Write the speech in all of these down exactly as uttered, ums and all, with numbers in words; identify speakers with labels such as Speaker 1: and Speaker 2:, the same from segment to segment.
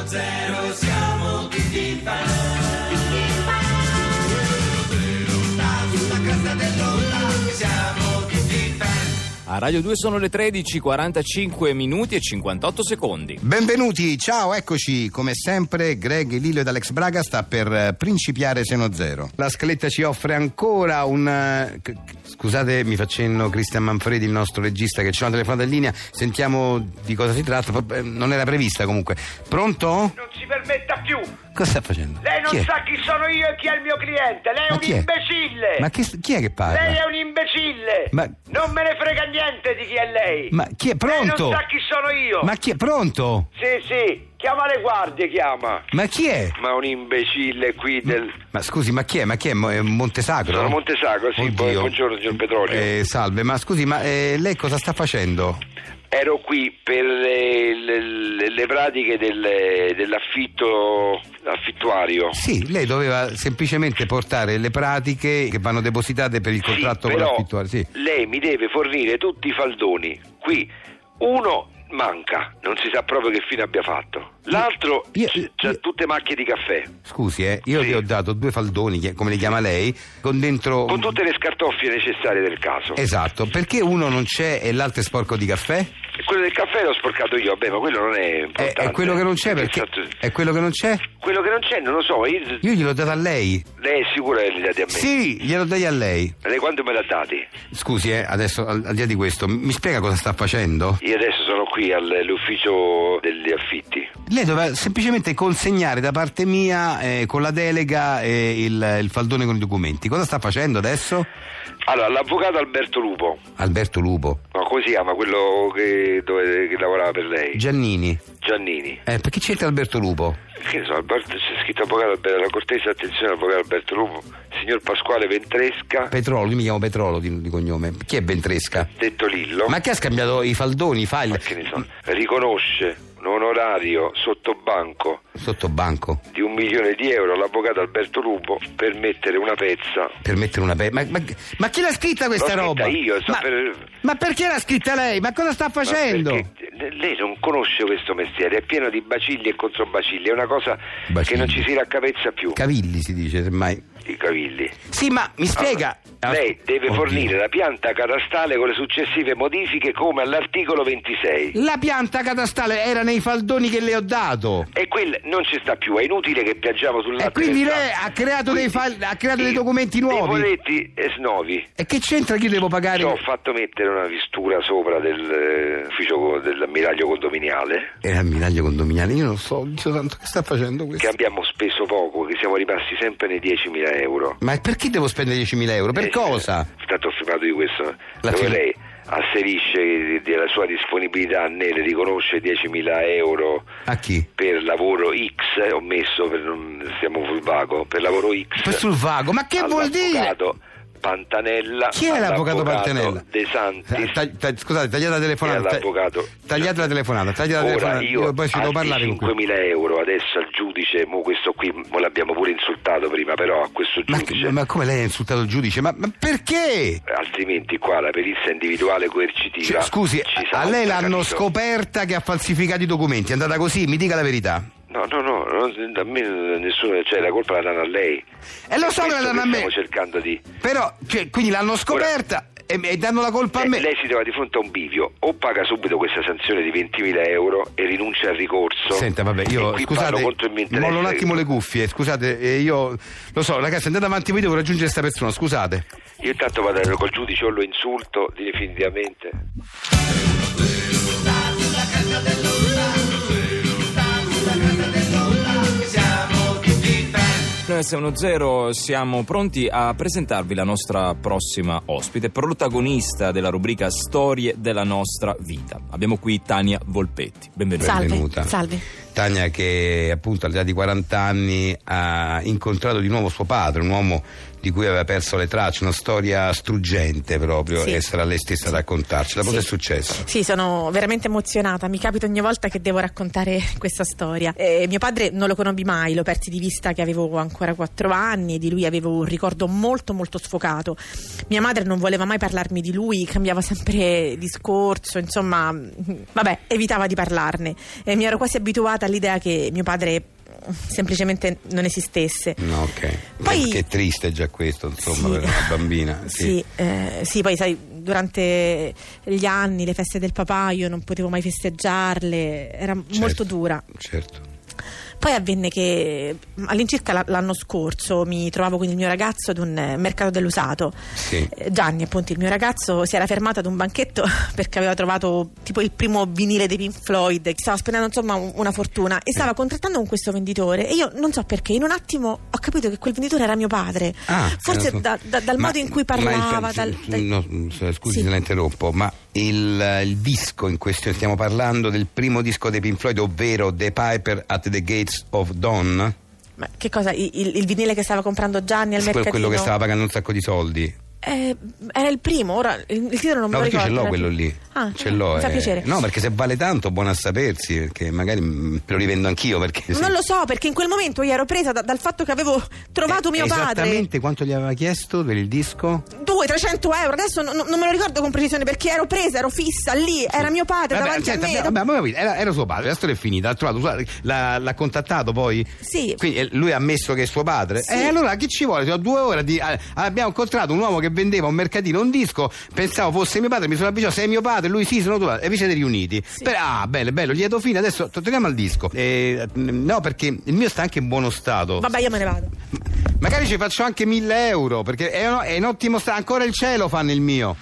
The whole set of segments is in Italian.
Speaker 1: zero, siamo tutti fan. Sulla cresta dell'onda, siamo tutti fan.
Speaker 2: A Radio due sono le tredici, quarantacinque minuti e cinquantotto secondi.
Speaker 3: Benvenuti, ciao, eccoci. Come sempre Greg, Lillo ed Alex Braga sta per principiare Seno Zero. La scaletta ci offre ancora un... Scusate, mi facendo Cristian Manfredi, il nostro regista, che c'è una telefonata in linea. Sentiamo di cosa si tratta. Non era prevista comunque. Pronto?
Speaker 4: Non si permetta più.
Speaker 3: Cosa sta facendo?
Speaker 4: Lei non
Speaker 3: chi
Speaker 4: sa chi sono io e chi è il mio cliente. Lei è
Speaker 3: Ma
Speaker 4: un
Speaker 3: chi è?
Speaker 4: imbecille.
Speaker 3: Ma chi, chi è che parla?
Speaker 4: Lei è un imbecille.
Speaker 3: Ma...
Speaker 4: Non me ne frega niente di chi è lei.
Speaker 3: Ma chi è? Pronto?
Speaker 4: Lei non sa chi sono io.
Speaker 3: Ma chi è? Pronto?
Speaker 4: Sì, sì. Chiama le guardie, chiama.
Speaker 3: Ma chi è?
Speaker 4: Ma un imbecille qui del...
Speaker 3: Ma scusi, ma chi è? Ma chi è? Mo- è Montesacro?
Speaker 4: Sono Montesacro, sì.
Speaker 3: Oddio.
Speaker 4: Buongiorno, signor Petrolio.
Speaker 3: Eh, salve, ma scusi, ma eh, lei cosa sta facendo?
Speaker 4: Ero qui per le, le, le pratiche del, dell'affitto affittuario.
Speaker 3: Sì, lei doveva semplicemente portare le pratiche che vanno depositate per il contratto
Speaker 4: sì,
Speaker 3: con
Speaker 4: però
Speaker 3: l'affittuario. Sì.
Speaker 4: Lei mi deve fornire tutti i faldoni. Qui uno manca, non si sa proprio che fine abbia fatto. L'altro
Speaker 3: Io-
Speaker 4: c'ha
Speaker 3: io-
Speaker 4: tutte macchie di caffè.
Speaker 3: Scusi, eh, io
Speaker 4: Sì.
Speaker 3: le ho dato due faldoni, che- come li chiama lei, con dentro...
Speaker 4: Con tutte le scartoffie necessarie del caso.
Speaker 3: Esatto, perché uno non c'è e l'altro è sporco di caffè?
Speaker 4: E quello del caffè l'ho sporcato io, vabbè, ma quello non è
Speaker 3: È,
Speaker 4: importante.
Speaker 3: è quello che non c'è perché...
Speaker 4: Esatto.
Speaker 3: È quello che non c'è?
Speaker 4: Quello che non c'è non lo so. Io...
Speaker 3: Io gliel'ho dato a lei.
Speaker 4: Lei è sicura che li dati a me?
Speaker 3: Sì, gliel'ho dati a lei.
Speaker 4: Lei quando me l'ha dati?
Speaker 3: Scusi, eh, adesso al, al di là di questo, mi spiega cosa sta facendo?
Speaker 4: Io adesso sono qui all'ufficio degli affitti.
Speaker 3: Lei doveva semplicemente consegnare da parte mia eh, con la delega eh, il, il faldone con i documenti. Cosa sta facendo adesso?
Speaker 4: Allora, l'avvocato Alberto Lupo.
Speaker 3: Alberto Lupo.
Speaker 4: No, come si chiama quello che, dove, che lavorava per lei?
Speaker 3: Giannini.
Speaker 4: Giannini.
Speaker 3: Eh, perché c'entra Alberto Lupo?
Speaker 4: Che ne so, Alberto, c'è scritto avvocato Alberto, la cortese attenzione avvocato Alberto Lupo, signor Pasquale Ventresca,
Speaker 3: Petrolo, io mi chiamo Petrolo di, di cognome. Chi è Ventresca?
Speaker 4: detto Lillo.
Speaker 3: Ma che ha scambiato i faldoni, i file?
Speaker 4: Ma che ne so, riconosce un onorario sottobanco
Speaker 3: Sotto banco.
Speaker 4: di un milione di euro all'avvocato Alberto Lupo per mettere una pezza.
Speaker 3: Per mettere una pe... Ma, ma, ma chi l'ha scritta questa
Speaker 4: L'ho
Speaker 3: roba?
Speaker 4: scritta io, sto
Speaker 3: ma,
Speaker 4: per...
Speaker 3: ma perché l'ha scritta lei? Ma cosa sta facendo?
Speaker 4: Ma perché lei non conosce questo mestiere, è pieno di bacilli e controbacilli, è una cosa
Speaker 3: Bacilli.
Speaker 4: che non ci si raccapezza più.
Speaker 3: Cavilli si dice, semmai.
Speaker 4: I cavilli.
Speaker 3: Sì, ma mi spiega...
Speaker 4: Allora, lei deve
Speaker 3: Oddio.
Speaker 4: fornire la pianta catastale con le successive modifiche come all'articolo ventisei.
Speaker 3: La pianta catastale era nei faldoni che le ho dato.
Speaker 4: E quella non ci sta più, è inutile che piangiamo sul latte.
Speaker 3: E quindi
Speaker 4: del
Speaker 3: lei
Speaker 4: sacco.
Speaker 3: ha creato dei file, ha creato dei
Speaker 4: Io-
Speaker 3: documenti
Speaker 4: Dei
Speaker 3: nuovi.
Speaker 4: boletti e snovi.
Speaker 3: E che c'entra che io devo pagare?
Speaker 4: Ci ho fatto mettere una vistura sopra dell'ufficio dell'ammiraglio condominiale,
Speaker 3: Era ammiraglio condominiale, io non so, Dio santo, che sta facendo questo?
Speaker 4: che abbiamo speso poco, che siamo rimasti sempre nei diecimila euro.
Speaker 3: Ma perché devo spendere diecimila euro? Per
Speaker 4: Eh,
Speaker 3: cosa?
Speaker 4: Tanto ho firmato di questo,
Speaker 3: La
Speaker 4: dove
Speaker 3: firma-
Speaker 4: lei asserisce della sua disponibilità nelle riconosce diecimila euro
Speaker 3: A chi?
Speaker 4: per lavoro X, ho messo, per non stiamo sul vago, per lavoro X.
Speaker 3: Per sul vago, ma che vuol dire?
Speaker 4: all'avvocato Pantanella.
Speaker 3: Chi è l'avvocato
Speaker 4: all'avvocato
Speaker 3: Pantanella?
Speaker 4: De Santis.
Speaker 3: Ta- ta- scusate, tagliate la telefonata.
Speaker 4: E all'avvocato.
Speaker 3: Tagliate la telefonata, tagliate la
Speaker 4: Ora
Speaker 3: telefonata.
Speaker 4: io,
Speaker 3: poi ci devo parlare con questo.
Speaker 4: cinquemila euro adesso al giudice, mo questo qui mo l'abbiamo pure insultato prima, però a questo
Speaker 3: Ma,
Speaker 4: giudice.
Speaker 3: ma come lei ha insultato il giudice? Ma, ma perché?
Speaker 4: Altrimenti qua la perizia individuale coercitiva.
Speaker 3: Cioè, scusi,
Speaker 4: ci
Speaker 3: a lei
Speaker 4: salta,
Speaker 3: l'hanno
Speaker 4: capito?
Speaker 3: scoperta che ha falsificato i documenti, è andata così, mi dica la verità.
Speaker 4: No, no, no, non- a me nessuno, cioè la colpa la danno a lei.
Speaker 3: E lo so che la
Speaker 4: Questo
Speaker 3: danno a
Speaker 4: che
Speaker 3: me.
Speaker 4: Stiamo cercando di.
Speaker 3: Però, cioè, quindi l'hanno scoperta e, e danno la colpa a
Speaker 4: Eh,
Speaker 3: me.
Speaker 4: lei si trova di fronte a un bivio, o paga subito questa sanzione di ventimila euro e rinuncia al ricorso.
Speaker 3: Senta, vabbè,
Speaker 4: E
Speaker 3: io
Speaker 4: qui
Speaker 3: scusate,
Speaker 4: parlo contro il mio interesse.
Speaker 3: mollo un attimo le cuffie, scusate, eh, io lo so, ragazzi, andate avanti, voi devo raggiungere questa persona, scusate.
Speaker 4: Io intanto vado col giudice o lo insulto definitivamente.
Speaker 2: Noi siamo Zero, siamo pronti a presentarvi la nostra prossima ospite, protagonista della rubrica Storie della nostra vita. Abbiamo qui Tania Volpetti. Benvenuta.
Speaker 5: Salve,
Speaker 3: Benvenuta.
Speaker 5: salve.
Speaker 3: Tania, che appunto all'età di quaranta anni ha incontrato di nuovo suo padre, un uomo di cui aveva perso le tracce, una storia struggente proprio,
Speaker 5: Sì.
Speaker 3: e sarà lei stessa a raccontarcela. Cosa
Speaker 5: Sì.
Speaker 3: è successo?
Speaker 5: Sì, sono veramente emozionata, mi capita ogni volta che devo raccontare questa storia. Eh, mio padre non lo conobbi mai, lo persi di vista che avevo ancora quattro anni e di lui avevo un ricordo molto molto sfocato. Mia madre non voleva mai parlarmi di lui, cambiava sempre discorso, insomma, vabbè, evitava di parlarne. E mi ero quasi abituata all'idea che mio padre semplicemente non esistesse.
Speaker 3: No, ok.
Speaker 5: Poi-
Speaker 3: Che triste già questo, insomma,
Speaker 5: Sì.
Speaker 3: per una bambina. Sì.
Speaker 5: Sì, eh, sì, poi sai, durante gli anni, le feste del papà, io non potevo mai festeggiarle, era
Speaker 3: Certo.
Speaker 5: molto dura.
Speaker 3: Certo.
Speaker 5: Poi avvenne che all'incirca la- l'anno scorso mi trovavo con il mio ragazzo ad un eh, mercato dell'usato.
Speaker 3: Sì.
Speaker 5: Eh, Gianni, appunto, il mio ragazzo, si era fermato ad un banchetto perché aveva trovato tipo il primo vinile dei Pink Floyd, che stava spendendo insomma un- una fortuna e stava contrattando con questo venditore, e io non so perché in un attimo ho capito che quel venditore era mio padre.
Speaker 3: Ah,
Speaker 5: Forse
Speaker 3: era suo-
Speaker 5: da- da- dal
Speaker 3: Ma-
Speaker 5: modo in cui
Speaker 3: ma il-
Speaker 5: parlava, dal-
Speaker 3: s-
Speaker 5: dal-
Speaker 3: no, scusi
Speaker 5: Sì.
Speaker 3: se la interrompo, ma il, il disco in questione, stiamo parlando del primo disco dei Pink Floyd, ovvero The Piper at the Gates of Dawn?
Speaker 5: Ma che cosa? Il, il- il vinile che stava comprando Gianni al
Speaker 3: Quello,
Speaker 5: mercatino?
Speaker 3: quello che stava pagando un sacco di soldi.
Speaker 5: Eh, era il primo, ora il, il titolo non me
Speaker 3: No,
Speaker 5: lo
Speaker 3: perché
Speaker 5: ricordo.
Speaker 3: ce l'ho
Speaker 5: era
Speaker 3: quello
Speaker 5: il-
Speaker 3: lì.
Speaker 5: Ah,
Speaker 3: Ce l'ho.
Speaker 5: mi fa
Speaker 3: eh.
Speaker 5: piacere.
Speaker 3: No, perché se vale tanto, buono a sapersi, perché magari mm, lo rivendo anch'io. Perché se-
Speaker 5: Non lo so, perché in quel momento io ero presa da- dal fatto che avevo trovato
Speaker 3: Eh,
Speaker 5: mio padre.
Speaker 3: Esattamente quanto gli aveva chiesto per il disco?
Speaker 5: duecento trecento euro, adesso non, non me lo ricordo con precisione perché ero presa, ero fissa lì, era mio padre
Speaker 3: Vabbè,
Speaker 5: davanti
Speaker 3: senta,
Speaker 5: a me.
Speaker 3: vabbè, abbiamo capito, era, era suo padre, la storia è finita, ha trovato, suo- l'ha, l'ha contattato poi?
Speaker 5: Sì.
Speaker 3: Quindi eh, lui ha ammesso che è suo padre?
Speaker 5: Sì.
Speaker 3: E allora che ci vuole? Ho due ore di... ah, abbiamo incontrato un uomo che vendeva a un mercatino un disco, pensavo fosse mio padre, mi sono avvicinato, sei mio padre? Lui sì, sono tuo padre, e vi siete riuniti. Per- ah, bello, bello, lieto fine, adesso torniamo al disco. Eh, no, perché il mio sta anche in buono stato.
Speaker 5: Vabbè, io me ne vado.
Speaker 3: Magari ci faccio anche mille euro, perché è, è in ottimo stato, ancora il cielo fanno il mio.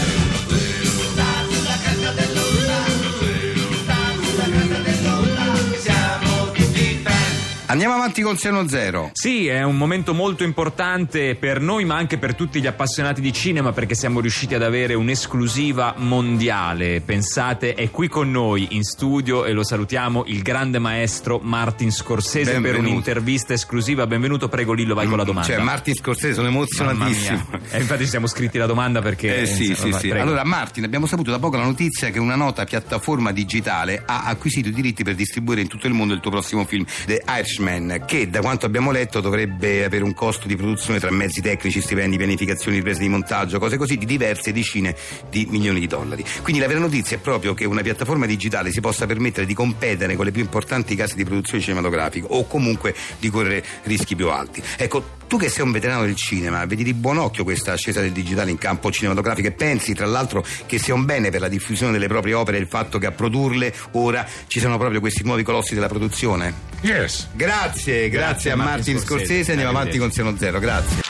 Speaker 1: Siamo tutti fan.
Speaker 3: Andiamo avanti con Seno Zero.
Speaker 2: Sì, è un momento molto importante per noi, ma anche per tutti gli appassionati di cinema, perché siamo riusciti ad avere un'esclusiva mondiale. Pensate, è qui con noi in studio, e lo salutiamo, il grande maestro Martin Scorsese per
Speaker 3: Benvenuto.
Speaker 2: un'intervista esclusiva. Benvenuto, prego Lillo, vai con la domanda.
Speaker 3: Cioè, Martin Scorsese, sono
Speaker 2: Mamma
Speaker 3: emozionatissimo.
Speaker 2: mia. E infatti ci siamo scritti la domanda perché...
Speaker 3: Eh sì, sì,
Speaker 2: insomma,
Speaker 3: sì.
Speaker 2: prego.
Speaker 3: Allora, Martin, abbiamo saputo da poco la notizia che una nota piattaforma digitale ha acquisito i diritti per distribuire in tutto il mondo il tuo prossimo film, The Irishman, che da quanto abbiamo letto dovrebbe avere un costo di produzione tra mezzi tecnici, stipendi, pianificazioni, riprese di montaggio, cose così, di diverse decine di milioni di dollari. Quindi la vera notizia è proprio che una piattaforma digitale si possa permettere di competere con le più importanti case di produzione cinematografica, o comunque di correre rischi più alti. Ecco, tu che sei un veterano del cinema, vedi di buon occhio questa ascesa del digitale in campo cinematografico, e pensi tra l'altro che sia un bene per la diffusione delle proprie opere il fatto che a produrle ora ci sono proprio questi nuovi colossi della produzione?
Speaker 6: Yes.
Speaker 3: Grazie, grazie,
Speaker 2: Grazie
Speaker 3: a
Speaker 2: a
Speaker 3: Martin
Speaker 2: Martin
Speaker 3: Scorsese,
Speaker 2: Scorsese.
Speaker 3: andiamo avanti con Seno Zero, grazie.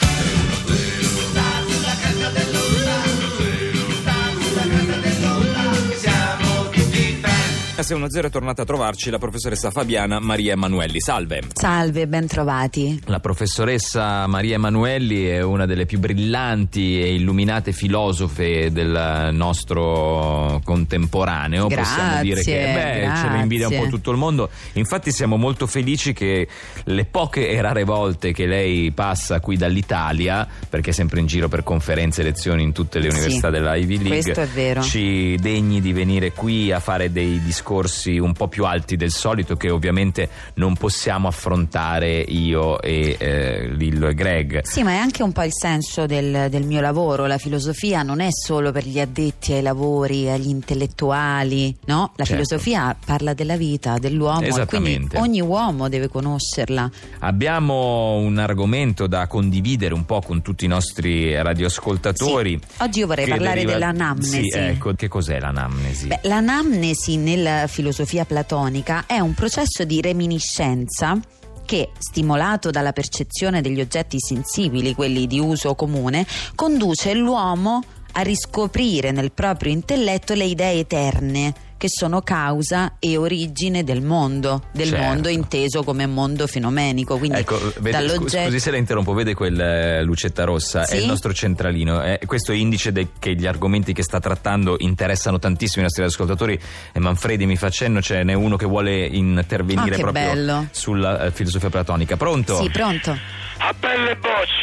Speaker 1: Siamo tutti fan.
Speaker 2: A Se uno zero è tornata a trovarci la professoressa Fabiana Maria Emanuelli. Salve.
Speaker 7: Salve, ben trovati.
Speaker 2: La professoressa Maria Emanuelli è una delle più brillanti e illuminate filosofe del nostro contemporaneo.
Speaker 7: Grazie,
Speaker 2: Possiamo dire che beh, ce lo
Speaker 7: grazie.
Speaker 2: invidia un po' tutto il mondo. Infatti siamo molto felici che le poche e rare volte che lei passa qui dall'Italia, perché è sempre in giro per conferenze e lezioni in tutte le
Speaker 7: Sì,
Speaker 2: università della Ivy League,
Speaker 7: questo è vero.
Speaker 2: ci degni di venire qui a fare dei discorsi un po' più alti del solito, che ovviamente non possiamo affrontare io e eh, Lillo e Greg.
Speaker 7: Sì, ma è anche un po' il senso del, del mio lavoro. La filosofia non è solo per gli addetti ai lavori, agli intellettuali, no? La
Speaker 2: Certo.
Speaker 7: filosofia parla della vita, dell'uomo, e quindi
Speaker 2: Esattamente.
Speaker 7: ogni uomo deve conoscerla.
Speaker 2: Abbiamo un argomento da condividere un po' con tutti i nostri radioascoltatori.
Speaker 7: Sì. Oggi io vorrei
Speaker 2: che
Speaker 7: parlare
Speaker 2: deriva-
Speaker 7: dell'anamnesi.
Speaker 2: Sì, ecco, che cos'è l'anamnesi?
Speaker 7: Beh, l'anamnesi nella filosofia platonica è un processo di reminiscenza che, stimolato dalla percezione degli oggetti sensibili, quelli di uso comune, conduce l'uomo a riscoprire nel proprio intelletto le idee eterne, che sono causa e origine del mondo, del
Speaker 2: Certo.
Speaker 7: mondo inteso come mondo fenomenico. Quindi
Speaker 2: Ecco, vede,
Speaker 7: dall'oggetto...
Speaker 2: scu- scusi se la interrompo, vede quel eh, lucetta rossa? È
Speaker 7: Sì?
Speaker 2: il nostro centralino. Eh, questo è indice de- che gli argomenti che sta trattando interessano tantissimo i nostri ascoltatori. E Manfredi mi fa cenno, ce n'è uno che vuole intervenire
Speaker 7: Ah, che
Speaker 2: proprio
Speaker 7: bello.
Speaker 2: sulla eh, filosofia platonica. Pronto?
Speaker 7: Sì, pronto?
Speaker 4: A belle bocce,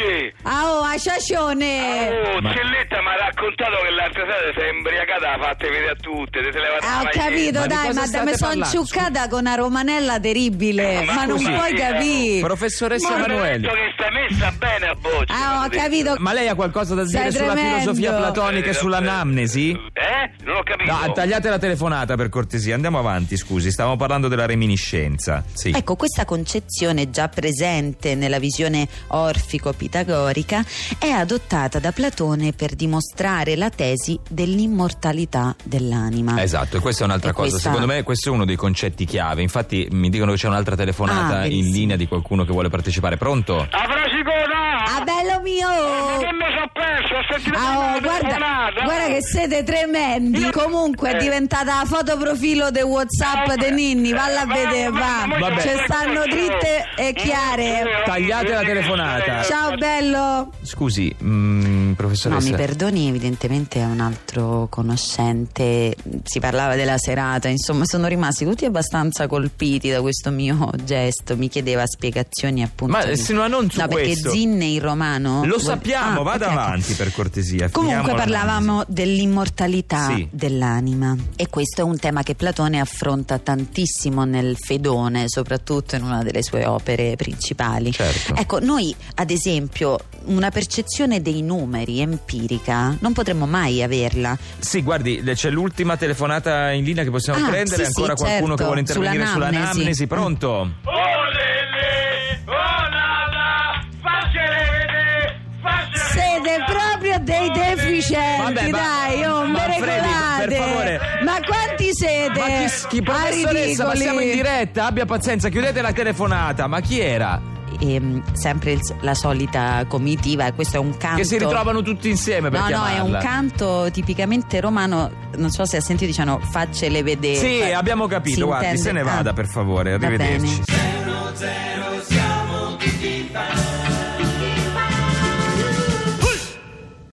Speaker 4: che?
Speaker 7: Ah, oh, a ciacione!
Speaker 4: Oh,
Speaker 2: Ma-
Speaker 4: Celletta mi ha raccontato che l'altra sera sei imbriacata, la fatte vedere a tutte, te sei levata
Speaker 7: Ah, ho
Speaker 4: la
Speaker 7: capito,
Speaker 2: Ma di
Speaker 7: dai,
Speaker 2: cosa
Speaker 7: ma
Speaker 2: state
Speaker 7: mi sono
Speaker 2: parlando?
Speaker 7: ciuccata con una romanella terribile,
Speaker 4: Eh, ma
Speaker 7: ma non
Speaker 4: scusi,
Speaker 7: puoi
Speaker 4: eh,
Speaker 7: capire.
Speaker 2: Professoressa
Speaker 4: Ma mi ha
Speaker 2: Emanuele.
Speaker 4: detto che stai messa bene a bocce.
Speaker 7: Ah, ho
Speaker 4: mi ha detto.
Speaker 7: capito.
Speaker 2: Ma lei ha qualcosa da dire
Speaker 7: Sei
Speaker 2: sulla
Speaker 7: tremendo.
Speaker 2: filosofia platonica e
Speaker 4: Eh,
Speaker 2: sull'anamnesi?
Speaker 4: Eh? Non ho capito.
Speaker 2: No, tagliate la telefonata per cortesia, andiamo avanti, scusi, stavamo parlando della reminiscenza. Sì.
Speaker 7: Ecco, questa concezione già presente nella visione orfico-pitagorica è adottata da Platone per dimostrare la tesi dell'immortalità dell'anima.
Speaker 2: Esatto, e questa è un'altra
Speaker 7: E
Speaker 2: cosa.
Speaker 7: questa-
Speaker 2: Secondo me questo è uno dei concetti chiave. Infatti mi dicono che c'è un'altra telefonata
Speaker 7: Ah,
Speaker 2: in
Speaker 7: benissimo.
Speaker 2: linea di qualcuno che vuole partecipare. Pronto?
Speaker 4: Avrà cicona!
Speaker 7: Ah, bello mio!
Speaker 4: Ma che mi sono perso? Ho sentito
Speaker 7: Ah, oh,
Speaker 4: una
Speaker 7: guarda,
Speaker 4: telefonata.
Speaker 7: guarda che siete tremendi. Comunque è
Speaker 4: Eh.
Speaker 7: diventata la fotoprofilo di WhatsApp
Speaker 4: No,
Speaker 7: di Ninni. Valla a
Speaker 4: ma-
Speaker 7: vedere,
Speaker 4: ma-
Speaker 7: va.
Speaker 4: ma-
Speaker 2: Vabbè.
Speaker 7: Ci stanno dritte e chiare.
Speaker 2: Tagliate la telefonata.
Speaker 7: Ciao bello.
Speaker 2: Scusi, mm,
Speaker 7: No,
Speaker 2: professoressa.
Speaker 7: mi perdoni, evidentemente è un altro conoscente. Si parlava della serata, insomma, sono rimasti tutti abbastanza colpiti da questo mio gesto. Mi chiedeva spiegazioni appunto.
Speaker 2: Ma
Speaker 7: di-
Speaker 2: se no, non su
Speaker 7: no, perché
Speaker 2: questo.
Speaker 7: zinne in romano.
Speaker 2: Lo
Speaker 7: vuol-
Speaker 2: sappiamo,
Speaker 7: Ah,
Speaker 2: vada
Speaker 7: ok, ok.
Speaker 2: avanti per cortesia.
Speaker 7: Comunque
Speaker 2: finiamo
Speaker 7: parlavamo dell'immortalità
Speaker 2: Sì.
Speaker 7: dell'anima e questo è un tema che Platone affronta tantissimo nel Fedone, soprattutto in una delle sue opere principali.
Speaker 2: Certo.
Speaker 7: Ecco, noi ad esempio una percezione dei numeri empirica non potremmo mai averla.
Speaker 2: Sì, guardi, c'è l'ultima telefonata in linea che possiamo
Speaker 7: Ah,
Speaker 2: prendere.
Speaker 7: sì, sì,
Speaker 2: Ancora qualcuno
Speaker 7: certo,
Speaker 2: che vuole intervenire
Speaker 7: sull'anamnesi.
Speaker 2: sull'anamnesi. Pronto?
Speaker 4: Oh lele, oh la la, faccele vedere, faccele
Speaker 7: Siete proprio dei deficienti,
Speaker 2: Vabbè, ma-
Speaker 7: dai, oh,
Speaker 2: ma
Speaker 7: me
Speaker 2: Freddy,
Speaker 7: regolate.
Speaker 2: per favore.
Speaker 7: Ma quanti siete?
Speaker 2: Ma chi, chi
Speaker 7: Ah,
Speaker 2: professoressa, ma
Speaker 7: ridicoli.
Speaker 2: siamo in diretta, abbia pazienza, chiudete la telefonata. Ma chi era?
Speaker 7: E, sempre il- la solita comitiva, e questo è un canto
Speaker 2: Che si ritrovano tutti insieme per
Speaker 7: no no è un
Speaker 2: chiamarla.
Speaker 7: canto tipicamente romano, non so se ha sentito, diciamo faccele vedere.
Speaker 2: Sì,
Speaker 7: Fa-
Speaker 2: abbiamo capito,
Speaker 7: si
Speaker 2: guardi,
Speaker 7: intende-
Speaker 2: se ne vada
Speaker 7: Ah,
Speaker 2: per favore,
Speaker 7: va
Speaker 2: arrivederci.
Speaker 7: bene.
Speaker 1: Zero, zero, siamo tutti fan.